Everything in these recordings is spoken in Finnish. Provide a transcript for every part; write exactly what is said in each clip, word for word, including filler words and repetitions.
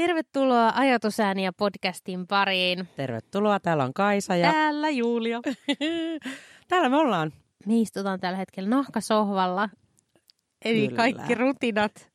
Tervetuloa Ajatusääniä podcastin pariin. Tervetuloa, täällä on Kaisa ja... Täällä Julia. Täällä me ollaan. Me istutaan tällä hetkellä nahkasohvalla. Eli Kyllä. kaikki rutinat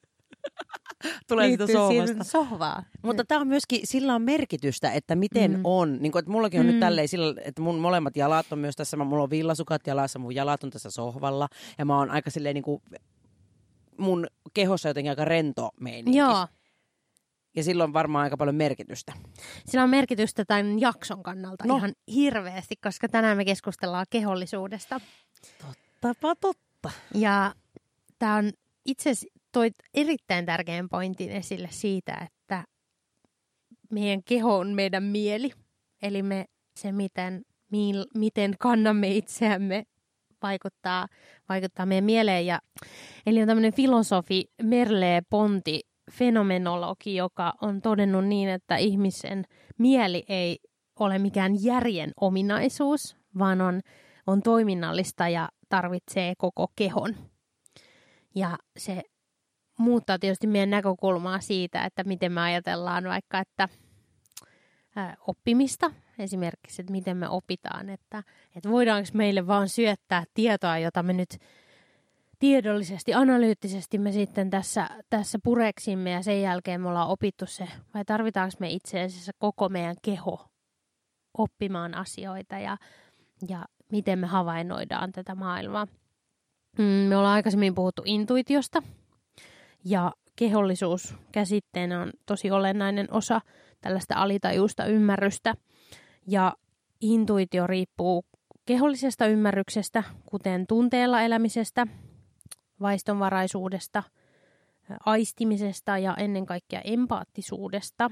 Tulee sitä sohvasta. sohvaa. Mutta tämä on myöskin, sillä on merkitystä, että miten mm. on. Niin kuin, että mullakin on mm. nyt tälleen, sillä, että mun molemmat jalat on myös tässä. Mulla on villasukat jalassa, mun jalat on tässä sohvalla. Ja mä oon aika silleen niin kuin, mun kehossa jotenkin aika rento meininki. Joo. Ja sillä on varmaan aika paljon merkitystä. Sillä on merkitystä tämän jakson kannalta no. ihan hirveästi, koska tänään me keskustellaan kehollisuudesta. Tottapa totta. Ja tämä on itse asiassa toit erittäin tärkeän pointin esille siitä, että meidän keho on meidän mieli. Eli me, se, miten, mil, miten kannamme itseämme, vaikuttaa, vaikuttaa meidän mieleen. Ja, eli on tämmöinen filosofi Merleau-Ponty, fenomenologi, joka on todennut niin, että ihmisen mieli ei ole mikään järjen ominaisuus, vaan on, on toiminnallista ja tarvitsee koko kehon. Ja se muuttaa tietysti meidän näkökulmaa siitä, että miten me ajatellaan vaikka, että ää, oppimista, esimerkiksi, että miten me opitaan, että, että voidaanko meille vaan syöttää tietoa, jota me nyt tiedollisesti, analyyttisesti me sitten tässä, tässä pureksimme ja sen jälkeen me ollaan opittu se, vai tarvitaanko me itse asiassa koko meidän keho oppimaan asioita ja, ja miten me havainnoidaan tätä maailmaa. Me ollaan aikaisemmin puhuttu intuitiosta ja kehollisuus käsitteenä on tosi olennainen osa tällaista alitajuista ymmärrystä ja intuitio riippuu kehollisesta ymmärryksestä, kuten tunteella elämisestä, vaistonvaraisuudesta, aistimisesta ja ennen kaikkea empaattisuudesta.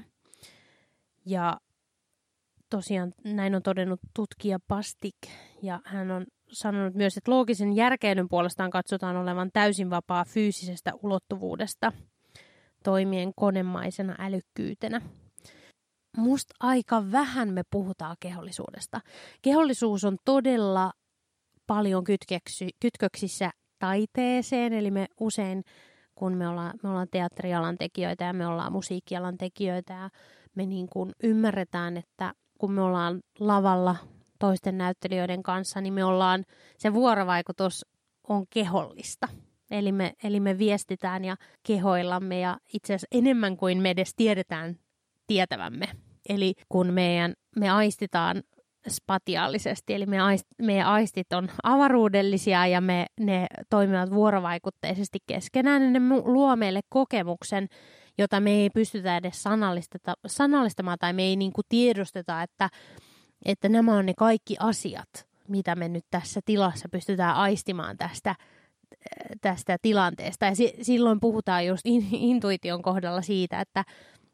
Ja tosiaan näin on todennut tutkija Pastik, ja hän on sanonut myös, että loogisen järkeilyn puolestaan katsotaan olevan täysin vapaa fyysisestä ulottuvuudesta toimien konemaisena älykkyytenä. Musta aika vähän me puhutaan kehollisuudesta. Kehollisuus on todella paljon kytkeksy, kytköksissä taiteeseen, eli me usein, kun me ollaan, me ollaan teatterialan tekijöitä ja me ollaan musiikkialan tekijöitä ja me niin kuin ymmärretään, että kun me ollaan lavalla toisten näyttelijöiden kanssa, niin me ollaan, se vuorovaikutus on kehollista. Eli me, eli me viestitään ja kehoillamme ja itse asiassa enemmän kuin me edes tiedetään tietävämme. Eli kun meidän, me aistitaan spatiaalisesti, eli meidän, aist, meidän aistit on avaruudellisia ja me, ne toimivat vuorovaikutteisesti keskenään, niin ne luo meille kokemuksen, jota me ei pystytä edes sanallistamaan tai me ei niin kuin tiedosteta, että, että nämä on ne kaikki asiat, mitä me nyt tässä tilassa pystytään aistimaan tästä, tästä tilanteesta. Ja si, silloin puhutaan just in, intuition kohdalla siitä, että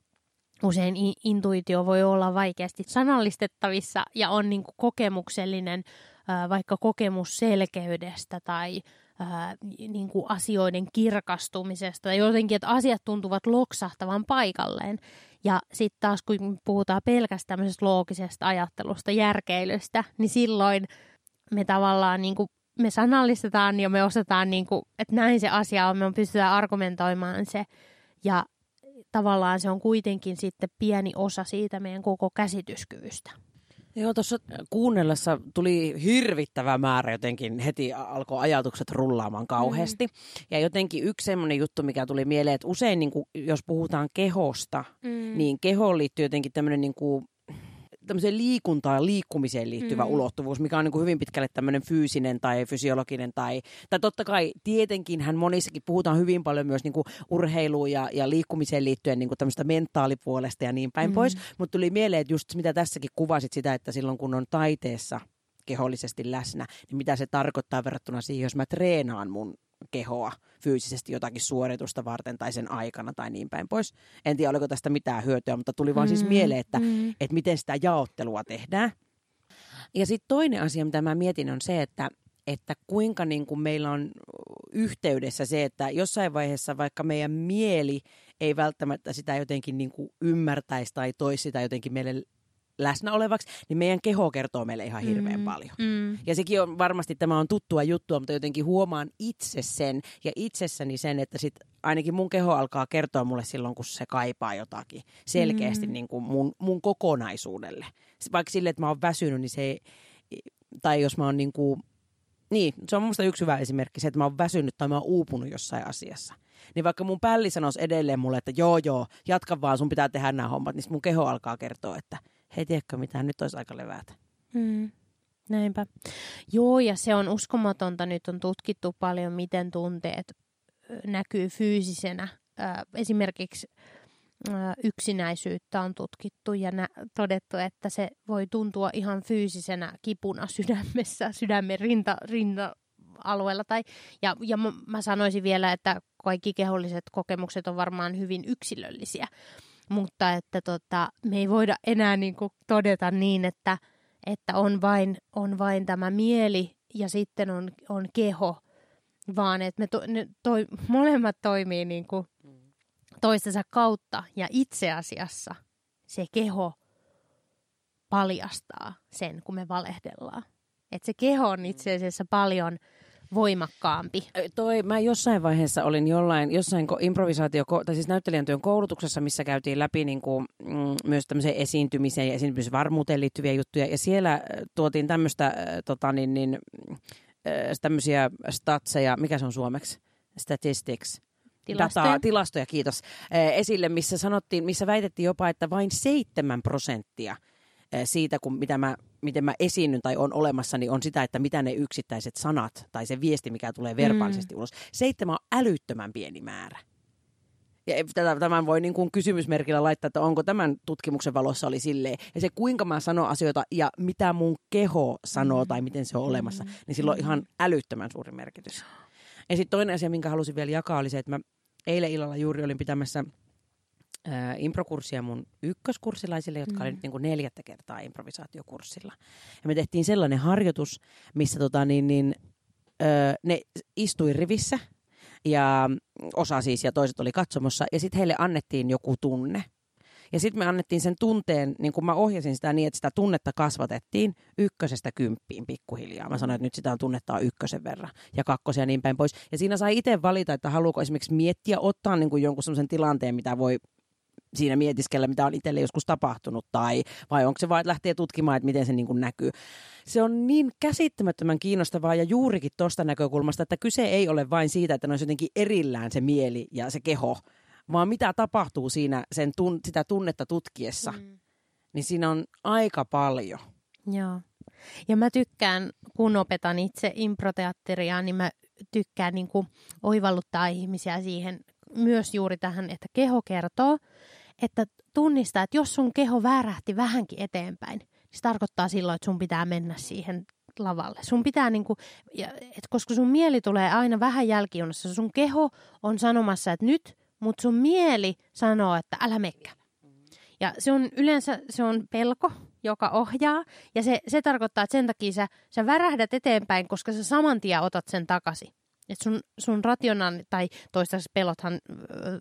usein intuitio voi olla vaikeasti sanallistettavissa ja on niin kuin kokemuksellinen, vaikka kokemus selkeydestä tai niin kuin asioiden kirkastumisesta tai jotenkin, että asiat tuntuvat loksahtavan paikalleen. Ja sitten taas kun puhutaan pelkästään tämmöisestä loogisesta ajattelusta, järkeilystä, niin silloin me tavallaan niin kuin, me sanallistetaan ja me osataan, niin kuin, että näin se asia on, me pystytään argumentoimaan se ja tavallaan se on kuitenkin sitten pieni osa siitä meidän koko käsityskyvystä. Joo, tuossa kuunnellessa tuli hirvittävä määrä jotenkin, heti alkoi ajatukset rullaamaan kauheasti. Mm. Ja jotenkin yksi semmoinen juttu, mikä tuli mieleen, että usein niin kuin, jos puhutaan kehosta, mm. niin kehoon liittyy jotenkin tämmöinen niin kuin tämmöiseen liikuntaan ja liikkumiseen liittyvä mm. ulottuvuus, mikä on niin kuin hyvin pitkälle tämmöinen fyysinen tai fysiologinen. Tai, tai totta kai tietenkin monissakin puhutaan hyvin paljon myös niin kuin urheiluun ja, ja liikkumiseen liittyen niin kuin tämmöistä mentaalipuolesta ja niin päin mm. pois. Mutta tuli mieleen, että just mitä tässäkin kuvasit sitä, että silloin kun on taiteessa kehollisesti läsnä, niin mitä se tarkoittaa verrattuna siihen, jos mä treenaan mun kehoa fyysisesti jotakin suoritusta varten tai sen aikana tai niin päin pois. En tiedä, oliko tästä mitään hyötyä, mutta tuli vaan mm, siis mieleen, että, mm. että miten sitä jaottelua tehdään. Ja sitten toinen asia, mitä mä mietin, on se, että, että kuinka niin kuin meillä on yhteydessä se, että jossain vaiheessa vaikka meidän mieli ei välttämättä sitä jotenkin niin kuin ymmärtäisi tai toisi sitä jotenkin meille läsnä olevaksi, niin meidän keho kertoo meille ihan hirveän mm, paljon. Mm. Ja sekin on varmasti, tämä on tuttua juttua, mutta jotenkin huomaan itse sen ja itsessäni sen, että sit ainakin mun keho alkaa kertoa mulle silloin, kun se kaipaa jotakin selkeästi mm. niin kuin mun, mun kokonaisuudelle. Vaikka sille, että mä oon väsynyt, niin se ei, tai jos mä oon niin kuin, niin, se on mun mielestä yksi hyvä esimerkki, se, että mä oon väsynyt tai mä oon uupunut jossain asiassa. Niin vaikka mun pälli sanoisi edelleen mulle, että joo joo, jatka vaan, sun pitää tehdä nämä hommat, niin mun keho alkaa kertoa, että hei tiedätkö mitään, nyt olisi aika levätä. Mm. Näinpä. Joo, ja se on uskomatonta. Nyt on tutkittu paljon, miten tunteet näkyy fyysisenä. Esimerkiksi yksinäisyyttä on tutkittu ja nä- todettu, että se voi tuntua ihan fyysisenä kipuna sydämessä, sydämen rinta, rinta-alueella. Tai, ja, ja mä sanoisin vielä, että kaikki keholliset kokemukset on varmaan hyvin yksilöllisiä, mutta että tota, me ei voida enää niinku todeta niin, että että on vain, on vain tämä mieli ja sitten on, on keho, vaan että me to, ne toi, molemmat toimii niin kuin toistensa kautta. Ja itse asiassa se keho paljastaa sen, kun me valehdellaan. Että se keho on itse asiassa paljon voimakkaampi. Toi, mä jossain vaiheessa olin jollain, jossain improvisaatio, tai siis näyttelijän työn koulutuksessa, missä käytiin läpi niin kuin, mm, myös tämmöiseen esiintymiseen ja esiintymisvarmuuteen liittyviä juttuja. Ja siellä tuotiin tämmöistä, äh, tota, niin, niin, äh, tämmöisiä statseja, mikä se on suomeksi? Statistics. Tilastoja. Dataa, tilastoja, kiitos. Äh, esille, missä sanottiin, missä väitettiin jopa, että vain seitsemän prosenttia siitä, kun mitä mä, miten mä esiinnyn tai on olemassa, niin on sitä, että mitä ne yksittäiset sanat tai se viesti, mikä tulee verbaalisesti mm. ulos. Seitsemän on älyttömän pieni määrä. Ja tämän voi niin kuin kysymysmerkillä laittaa, että onko tämän tutkimuksen valossa oli silleen. Ja se, kuinka mä sanon asioita ja mitä mun keho sanoo mm. tai miten se on olemassa, niin sillä on ihan älyttömän suuri merkitys. Ja sitten toinen asia, minkä halusin vielä jakaa, oli se, että mä eilen illalla juuri olin pitämässä Äh, improkurssia mun ykköskurssilaisille, jotka mm. oli nyt niin kuin neljättä kertaa improvisaatiokurssilla. Ja me tehtiin sellainen harjoitus, missä tota, niin, niin, äh, ne istui rivissä, ja osa siis ja toiset oli katsomossa, ja sitten heille annettiin joku tunne. Ja sitten me annettiin sen tunteen, niin kuin mä ohjasin sitä niin, että sitä tunnetta kasvatettiin ykkösestä kymppiin pikkuhiljaa. Mä sanoin, että nyt sitä on tunnettaa ykkösen verran ja kakkosen ja niin päin pois. Ja siinä sai itse valita, että haluuko esimerkiksi miettiä, ottaa niin kuin jonkun sellaisen tilanteen, mitä voi siinä mietiskellä, mitä on itselle joskus tapahtunut, tai vai onko se vaan, että lähtee tutkimaan, että miten se niin kuin näkyy. Se on niin käsittämättömän kiinnostavaa ja juurikin tuosta näkökulmasta, että kyse ei ole vain siitä, että ne olisi jotenkin erillään se mieli ja se keho, vaan mitä tapahtuu siinä sen tun, sitä tunnetta tutkiessa, mm. niin siinä on aika paljon. Joo. Ja mä tykkään, kun opetan itse improteatteria, niin mä tykkään niin kuin oivalluttaa ihmisiä siihen myös juuri tähän, että keho kertoo, että tunnistaa, että jos sun keho värähti vähänkin eteenpäin, niin se tarkoittaa silloin, että sun pitää mennä siihen lavalle. Sun pitää niinku, et koska sun mieli tulee aina vähän jälkijunassa, sun keho on sanomassa, että nyt, mutta sun mieli sanoo, että älä mekkä. Ja se on yleensä se on pelko, joka ohjaa, ja se, se tarkoittaa, että sen takia sä, sä värähdät eteenpäin, koska sä saman tien otat sen takaisin. Että sun, sun rationaali, tai toistaiseksi pelothan äh,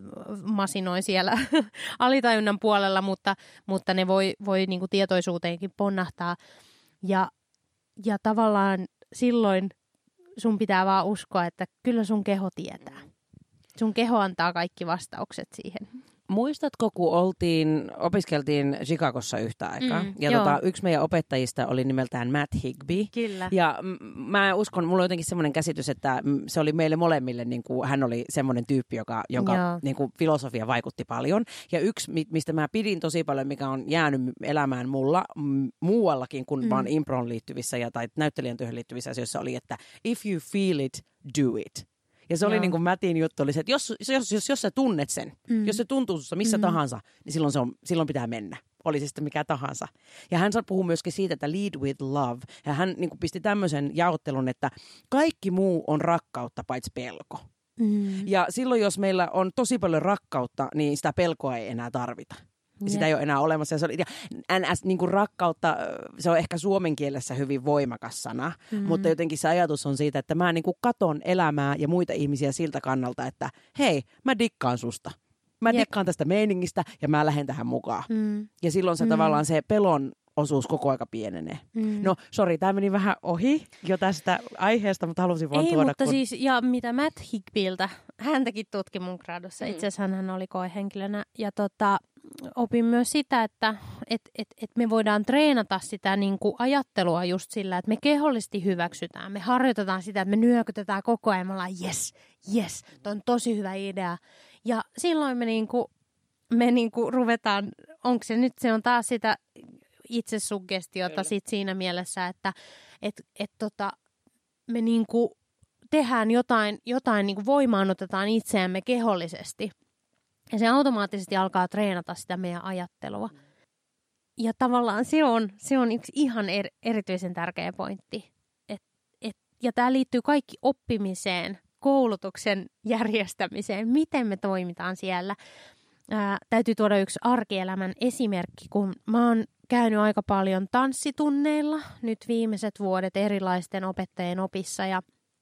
masinoi siellä alitajunnan puolella, mutta, mutta ne voi, voi niinku tietoisuuteenkin ponnahtaa. Ja, ja tavallaan silloin sun pitää vaan uskoa, että kyllä sun keho tietää. Sun keho antaa kaikki vastaukset siihen. Muistatko, kun oltiin, opiskeltiin Chicagossa yhtä aikaa, mm, ja tota, yksi meidän opettajista oli nimeltään Matt Higbee. Kyllä. Ja m- mä uskon, mulla on jotenkin semmoinen käsitys, että se oli meille molemmille, niin kuin, hän oli semmoinen tyyppi, joka, jonka niin kuin, filosofia vaikutti paljon. Ja yksi, mistä mä pidin tosi paljon, mikä on jäänyt elämään mulla m- muuallakin kuin mm. vaan improon liittyvissä ja, tai näyttelijän työhön liittyvissä asioissa, oli, että if you feel it, do it. Ja se oli Joo. niin kuin Mätin juttu, oli se, että jos, jos, jos, jos sä tunnet sen, mm. jos se tuntuu sussa missä mm. tahansa, niin silloin, se on, silloin pitää mennä. Oli se sitten mikä tahansa. Ja hän puhuu myöskin siitä, että lead with love. Ja hän niin kuin pisti tämmöisen jaottelun, että kaikki muu on rakkautta paitsi pelko. Mm. Ja silloin, jos meillä on tosi paljon rakkautta, niin sitä pelkoa ei enää tarvita. Ja sitä ei ole enää olemassa. Ja, se oli, ja N S, niin kuin rakkautta, se on ehkä suomen kielessä hyvin voimakas sana, mm-hmm. mutta jotenkin se ajatus on siitä, että mä niin kuin katon elämää ja muita ihmisiä siltä kannalta, että hei, mä dikkaan susta. Mä Jep. dikkaan tästä meiningistä ja mä lähden tähän mukaan. Mm. Ja silloin se mm. tavallaan se pelon osuus koko aika pienenee. Mm. No, sori, tämä meni vähän ohi jo tästä aiheesta, mutta halusin vaan Ei, tuoda. mutta kun... siis, ja mitä Matt Higbiltä, häntäkin tutki mun gradussa, mm. itse asiassa hän oli koehenkilönä, ja tota, opin myös sitä, että et, et, et me voidaan treenata sitä niin kuin ajattelua just sillä, että me kehollisesti hyväksytään, me harjoitetaan sitä, että me nyökytetään koko ajan, me ollaan yes, yes, toi on tosi hyvä idea, ja silloin me niin kuin, me niin kuin ruvetaan, onko se nyt, se on taas sitä itsesuggestiota sit siinä mielessä, että et, et tota, me niinku tehdään jotain, jotain niinku voimaanotetaan itseämme kehollisesti. Ja se automaattisesti alkaa treenata sitä meidän ajattelua. Ja tavallaan se on, se on yksi ihan er, erityisen tärkeä pointti. Et, et, ja tämä liittyy kaikki oppimiseen, koulutuksen järjestämiseen, miten me toimitaan siellä. Ää, täytyy tuoda yksi arkielämän esimerkki, kun mä oon käynyt aika paljon tanssitunneilla nyt viimeiset vuodet erilaisten opettajien opissa ja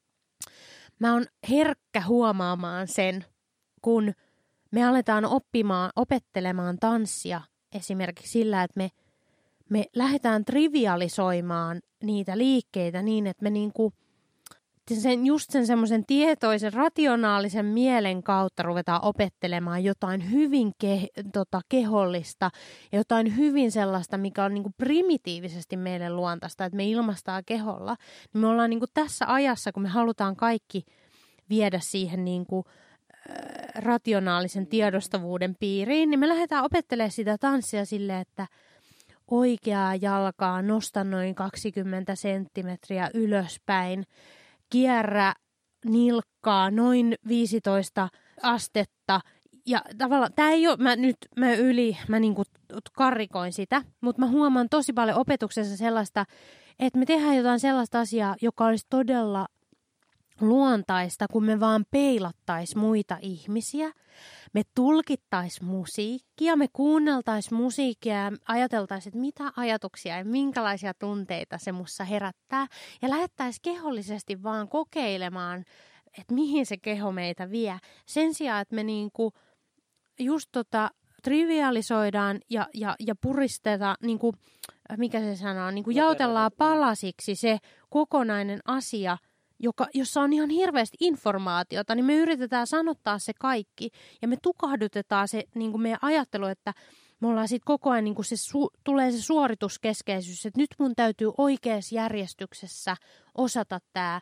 mä oon herkkä huomaamaan sen, kun me aletaan oppimaan, opettelemaan tanssia esimerkiksi sillä, että me, me lähdetään trivialisoimaan niitä liikkeitä niin, että me niinku sen, just sen semmoisen tietoisen, rationaalisen mielen kautta ruvetaan opettelemaan jotain hyvin ke, tota, kehollista ja jotain hyvin sellaista, mikä on niinku primitiivisesti meille luontaista, että me ilmaistaan keholla. Niin me ollaan niinku tässä ajassa, kun me halutaan kaikki viedä siihen niinku, äh, rationaalisen tiedostavuuden piiriin, niin me lähdetään opettelemaan sitä tanssia silleen, että oikeaa jalkaa nosta noin kaksikymmentä senttimetriä ylöspäin, kierrä nilkkaa noin viisitoista astetta. Ja tavallaan, tämä ei ole, mä nyt mä yli, mä niinku karrikoin sitä, mutta mä huomaan tosi paljon opetuksessa sellaista, että me tehdään jotain sellaista asiaa, joka olisi todella luontaista, kun me vaan peilattaisiin muita ihmisiä. Me tulkittaisiin musiikkia, me kuunneltaisiin musiikkia ja ajateltaisiin, että mitä ajatuksia ja minkälaisia tunteita se mussa herättää. Ja lähettäisiin kehollisesti vaan kokeilemaan, että mihin se keho meitä vie. Sen sijaan, että me niinku just tota trivialisoidaan ja, ja, ja puristetaan, niinku, mikä se sanoo, niinku jaotellaan palasiksi se kokonainen asia, Joka, jossa on ihan hirveästi informaatiota, niin me yritetään sanottaa se kaikki ja me tukahdutetaan se niin kuin meidän ajattelu, että me ollaan sitten koko ajan, niin kuin se su, tulee se suorituskeskeisyys, että nyt mun täytyy oikeassa järjestyksessä osata tämä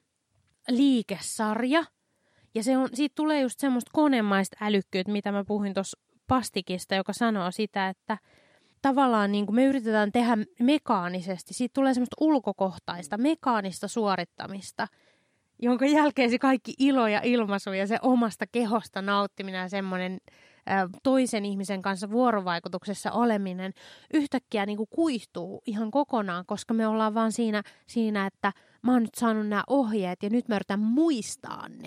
liikesarja. Ja se on, siitä tulee just semmoista konemaista älykkyyttä, mitä mä puhuin tuossa Pastikista, joka sanoo sitä, että tavallaan niin kuin me yritetään tehdä mekaanisesti, siitä tulee semmoista ulkokohtaista, mekaanista suorittamista, jonka jälkeen se kaikki ilo ja ilmaisu ja se omasta kehosta nauttiminen ja semmoinen ä, toisen ihmisen kanssa vuorovaikutuksessa oleminen yhtäkkiä niin kuin kuihtuu ihan kokonaan, koska me ollaan vaan siinä, siinä, että mä oon nyt saanut nämä ohjeet ja nyt mä yritän muistaa ne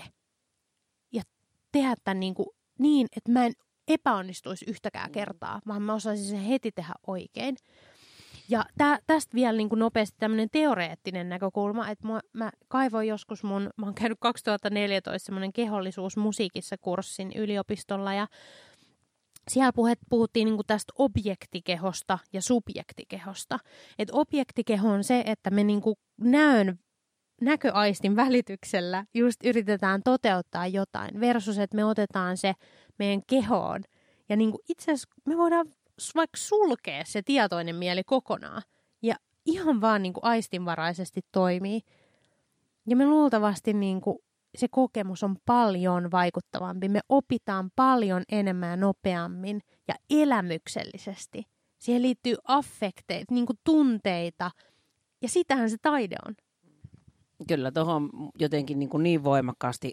ja tehdä tämän niin, kuin niin että mä en epäonnistuisi yhtäkään kertaa, vaan mä osaisin sen heti tehdä oikein. Ja tä, tästä vielä niin kuin nopeasti tämmöinen teoreettinen näkökulma, että mä, mä kaivoin joskus mun, mä oon käynyt kaksituhattaneljätoista semmoinen kehollisuus musiikissa kurssin yliopistolla ja siellä puhet, puhuttiin niin kuin tästä objektikehosta ja subjektikehosta. Että objektikeho on se, että me niin kuin näön näköaistin välityksellä just yritetään toteuttaa jotain versus, että me otetaan se meidän kehoon. Ja niin kuin itse asiassa me voidaan vaikka sulkea se tietoinen mieli kokonaan ja ihan vaan niin kuin aistinvaraisesti toimii. Ja me luultavasti niin kuin se kokemus on paljon vaikuttavampi. Me opitaan paljon enemmän ja nopeammin ja elämyksellisesti. Siihen liittyy affekteita, niin kuin tunteita ja sitähän se taide on. Kyllä, tuohon jotenkin niin, kuin niin voimakkaasti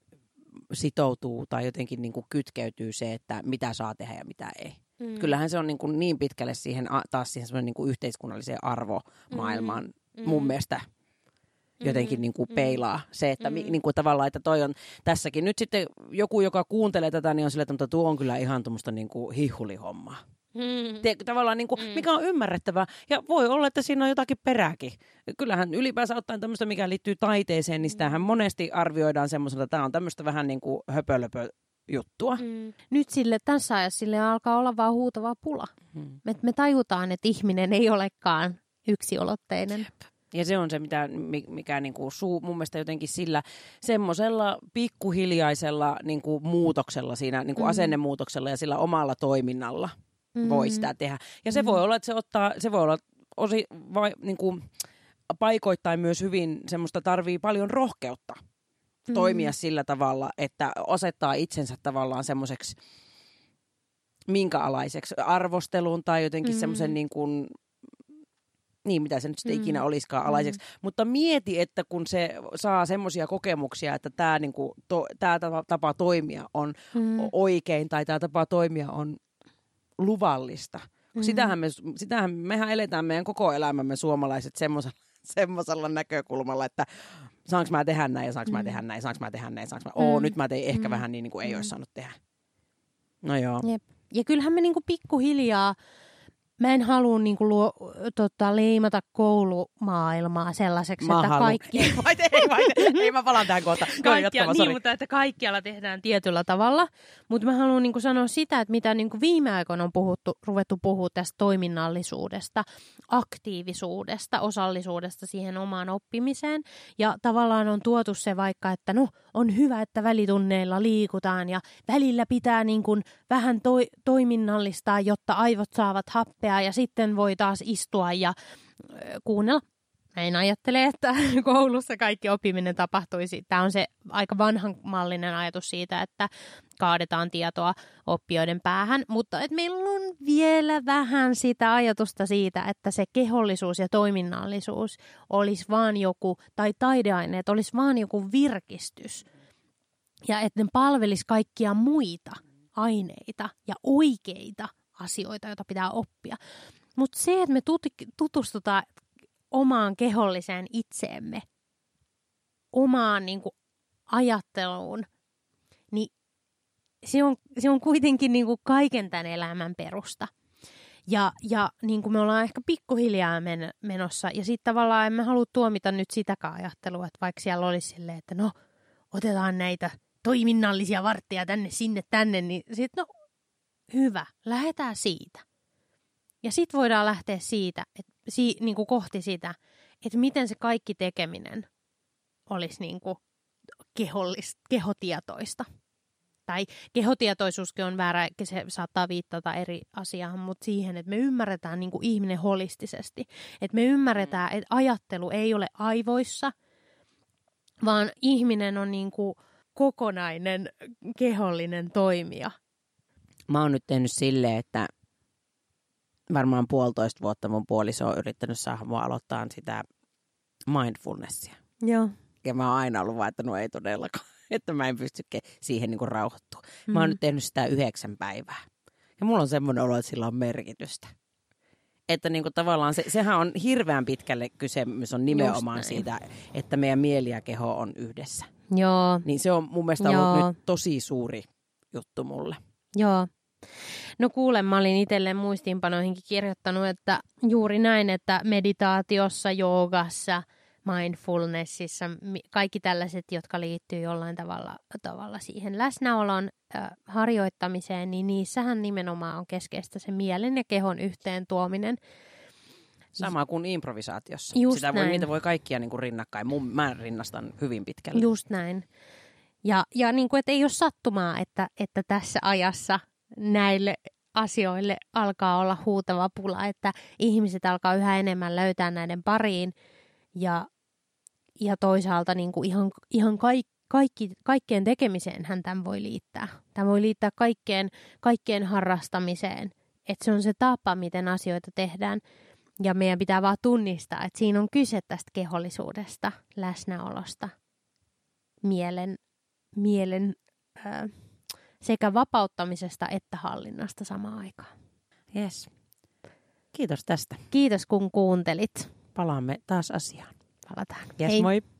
sitoutuu tai jotenkin niin kuin kytkeytyy se, että mitä saa tehdä ja mitä ei. Mm. Kyllähän se on niin, kuin niin pitkälle siihen, taas siihen niin kuin yhteiskunnalliseen arvomaailmaan mm. mun mielestä jotenkin mm. niin kuin peilaa. Se, että mm. niin kuin tavallaan, että toi on tässäkin. Nyt sitten joku, joka kuuntelee tätä, niin on sillä, että tuo on kyllä ihan tuommoista niin kuin hihulihommaa. Hmm. Te, tavallaan niin kuin, hmm. mikä on ymmärrettävää. Ja voi olla, että siinä on jotakin perääkin. Kyllähän ylipäänsä ottaen tämmöistä, mikä liittyy taiteeseen, niin sitähän monesti arvioidaan semmoisena, että tämä on tämmöistä vähän niin kuin höpölöpö juttua. Mm. Nyt sille, tässä ajassa sille alkaa olla vaan huutava pula. Mm. Me, me tajutaan, että ihminen ei olekaan yksiulotteinen. Ja se on se, mitä, mikä niinku suu, mun mielestä jotenkin sillä semmoisella pikkuhiljaisella niinku muutoksella, siinä niinku mm. asennemuutoksella ja sillä omalla toiminnalla mm. voi sitä tehdä. Ja se mm. voi olla, että se ottaa, se voi olla osi, vai, niinku, paikoittain myös hyvin semmoista tarvii paljon rohkeutta mm. toimia sillä tavalla, että asettaa itsensä tavallaan semmoiseksi minkäalaiseksi arvosteluun tai jotenkin mm. semmoisen niin kuin niin, mitä se nyt sitten mm. ikinä olisikaan alaiseksi. Mm. Mutta mieti, että kun se saa semmoisia kokemuksia, että tämä niinku, to, tapa toimia on mm. oikein tai tämä tapa toimia on luvallista. Mm. Sitähän, me, sitähän mehän eletään meidän koko elämämme suomalaiset semmoisella, semmoisella näkökulmalla, että saanko mä tehdä näin ja saanko mm. mä tehdä näin, saanko mä tehdä näin, saanko mä... Mm. Oo, nyt mä tein ehkä mm. vähän niin, niin kuin ei mm. olisi saanut tehdä. No joo. Jep. Ja kyllähän me niinku pikkuhiljaa mä en halua niinku luo, tota, leimata koulumaailmaa sellaiseksi, mä että haluun. Kaikki... Ei, vai, ei, vai, ei, mä palaan tähän kohta. Kaikkia, niin, mutta että kaikkialla tehdään tietyllä tavalla. Mutta mä haluan niinku sanoa sitä, että mitä niinku viime aikoina on puhuttu, ruvettu puhua tästä toiminnallisuudesta, aktiivisuudesta, osallisuudesta siihen omaan oppimiseen. Ja tavallaan on tuotu se vaikka, että no on hyvä, että välitunneilla liikutaan ja välillä pitää niinku vähän toi, toiminnallistaa, jotta aivot saavat happea. Ja sitten voi taas istua ja kuunnella. Mä en ajattele, että koulussa kaikki oppiminen tapahtuisi. Tämä on se aika vanhanmallinen ajatus siitä, että kaadetaan tietoa oppijoiden päähän. Mutta et meillä on vielä vähän sitä ajatusta siitä, että se kehollisuus ja toiminnallisuus olisi vaan joku, tai taideaineet olisi vaan joku virkistys. Ja että ne palvelisi kaikkia muita aineita ja oikeita asioita, joita pitää oppia. Mutta se, että me tut- tutustutaan omaan keholliseen itseemme, omaan niin kuin, ajatteluun, niin se on, se on kuitenkin niin kuin, kaiken tämän elämän perusta. Ja, ja niin kuin me ollaan ehkä pikkuhiljaa men- menossa, ja sitten tavallaan emme halua tuomita nyt sitäkään ajattelua, että vaikka siellä olisi silleen, että no, otetaan näitä toiminnallisia vartteja tänne, sinne, tänne, niin sitten no, hyvä, lähdetään siitä. Ja sitten voidaan lähteä siitä, että, si, niin kuin kohti sitä, että miten se kaikki tekeminen olisi niin kuin kehollis, kehotietoista. Tai kehotietoisuuskin on väärä, se saattaa viittata eri asiaan, mutta siihen, että me ymmärretään niin kuin ihminen holistisesti. Että me ymmärretään, että ajattelu ei ole aivoissa, vaan ihminen on niin kuin kokonainen kehollinen toimija. Mä oon nyt tehnyt silleen, että varmaan puolitoista vuotta mun puoliso on yrittänyt saada mua aloittaa sitä mindfulnessia. Joo. Ja mä oon aina ollut vaan, että no ei todellakaan, että mä en pysty siihen niinku rauhoittua. Mm. Mä oon nyt tehnyt sitä yhdeksän päivää. Ja mulla on semmoinen olo, että sillä on merkitystä. Että niinku tavallaan se, sehän on hirveän pitkälle kysymys on nimenomaan siitä, että meidän mieli ja keho on yhdessä. Joo. Niin se on mun mielestä Joo. ollut nyt tosi suuri juttu mulle. Joo. No kuule, mä olin itselleen muistiinpanoihinkin kirjoittanut, että juuri näin, että meditaatiossa, joogassa, mindfulnessissa, kaikki tällaiset, jotka liittyy jollain tavalla, tavalla siihen läsnäolon äh, harjoittamiseen, niin niissähän nimenomaan on keskeistä se mielen ja kehon yhteen tuominen. Sama kuin improvisaatiossa. Just Sitä voi, näin. niitä voi kaikkia niin kuin rinnakkain. Mun, mä rinnastan hyvin pitkälle. Just näin. Ja, ja niin kuin, että ei ole sattumaa, että, että tässä ajassa näille asioille alkaa olla huutava pula, että ihmiset alkaa yhä enemmän löytää näiden pariin ja, ja toisaalta niin kuin ihan, ihan kaikki, kaikki, kaikkeen tekemiseen hän tämän voi liittää. Tämä voi liittää kaikkeen, kaikkeen harrastamiseen, että se on se tapa, miten asioita tehdään ja meidän pitää vaan tunnistaa, että siinä on kyse tästä kehollisuudesta, läsnäolosta, mielen, mielen äh, sekä vapauttamisesta että hallinnasta samaan aikaan. Yes. Kiitos tästä. Kiitos kun kuuntelit. Palaamme taas asiaan. Palataan. Yes, Hei. moi.